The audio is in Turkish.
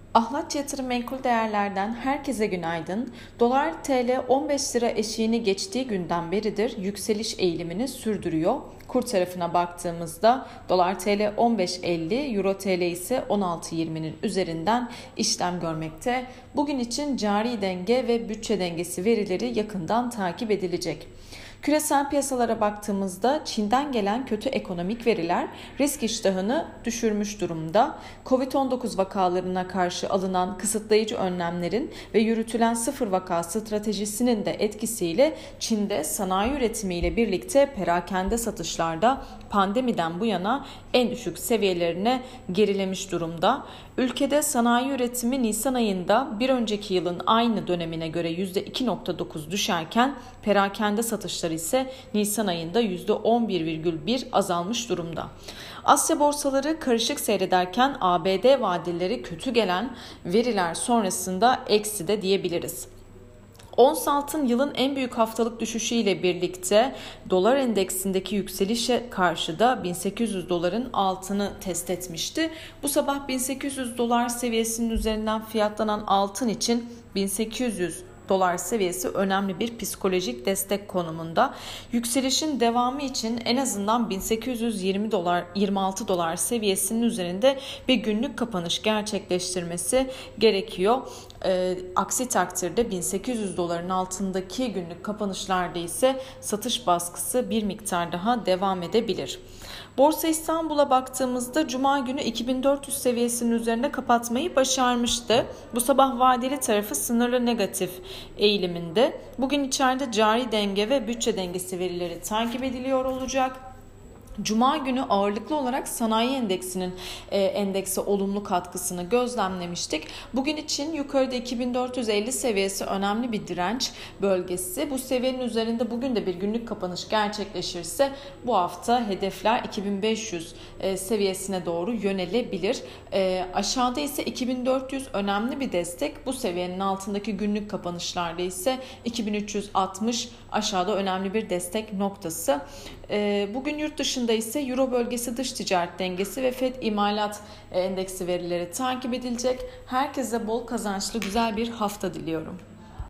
Ahlat Yatırım Menkul Değerler'den herkese günaydın. Dolar TL 15 lira eşiğini geçtiği günden beridir yükseliş eğilimini sürdürüyor. Kur tarafına baktığımızda dolar TL 15.50, euro TL ise 16.20'nin üzerinden işlem görmekte. Bugün için cari denge ve bütçe dengesi verileri yakından takip edilecek. Küresel piyasalara baktığımızda Çin'den gelen kötü ekonomik veriler risk iştahını düşürmüş durumda. Covid-19 vakalarına karşı alınan kısıtlayıcı önlemlerin ve yürütülen sıfır vaka stratejisinin de etkisiyle Çin'de sanayi üretimiyle birlikte perakende satışlarda pandemiden bu yana en düşük seviyelerine gerilemiş durumda. Ülkede sanayi üretimi Nisan ayında bir önceki yılın aynı dönemine göre %2.9 düşerken perakende satışları ise Nisan ayında %11,1 azalmış durumda. Asya borsaları karışık seyrederken ABD vadeleri kötü gelen veriler sonrasında eksi de diyebiliriz. Ons altın yılın en büyük haftalık düşüşüyle birlikte dolar endeksindeki yükselişe karşı da 1800 doların altını test etmişti. Bu sabah 1800 dolar seviyesinin üzerinden fiyatlanan altın için 1800 dolar seviyesi önemli bir psikolojik destek konumunda. Yükselişin devamı için en azından 1826 dolar seviyesinin üzerinde bir günlük kapanış gerçekleştirmesi gerekiyor. Aksi takdirde 1800 doların altındaki günlük kapanışlarda ise satış baskısı bir miktar daha devam edebilir. Borsa İstanbul'a baktığımızda Cuma günü 2400 seviyesinin üzerinde kapatmayı başarmıştı. Bu sabah vadeli tarafı sınırlı negatif eğiliminde. Bugün içeride cari denge ve bütçe dengesi verileri takip ediliyor olacak. Cuma günü ağırlıklı olarak sanayi endeksinin endekse olumlu katkısını gözlemlemiştik. Bugün için yukarıda 2450 seviyesi önemli bir direnç bölgesi. Bu seviyenin üzerinde bugün de bir günlük kapanış gerçekleşirse bu hafta hedefler 2500 seviyesine doğru yönelebilir. Aşağıda ise 2400 önemli bir destek. Bu seviyenin altındaki günlük kapanışlarda ise 2360 aşağıda önemli bir destek noktası. Bugün yurt dışında ise Euro bölgesi dış ticaret dengesi ve FED imalat endeksi verileri takip edilecek. Herkese bol kazançlı güzel bir hafta diliyorum.